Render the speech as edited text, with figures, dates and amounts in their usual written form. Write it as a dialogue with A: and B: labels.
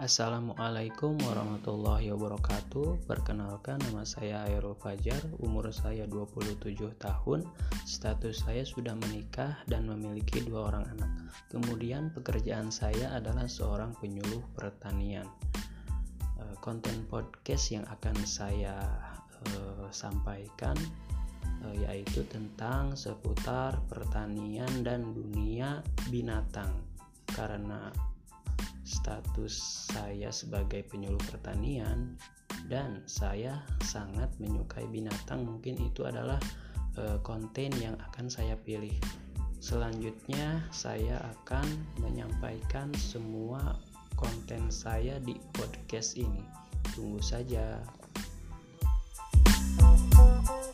A: Assalamualaikum warahmatullahi wabarakatuh. Perkenalkan, nama saya Airul Fajar, umur saya 27 tahun, status saya sudah menikah dan memiliki 2 orang anak. Kemudian pekerjaan saya adalah seorang penyuluh pertanian. Konten podcast yang akan saya sampaikan yaitu tentang seputar pertanian dan dunia binatang. Karena status saya sebagai penyuluh pertanian dan saya sangat menyukai binatang, mungkin itu adalah konten yang akan saya pilih. Selanjutnya saya akan menyampaikan semua konten saya di podcast ini. Tunggu saja.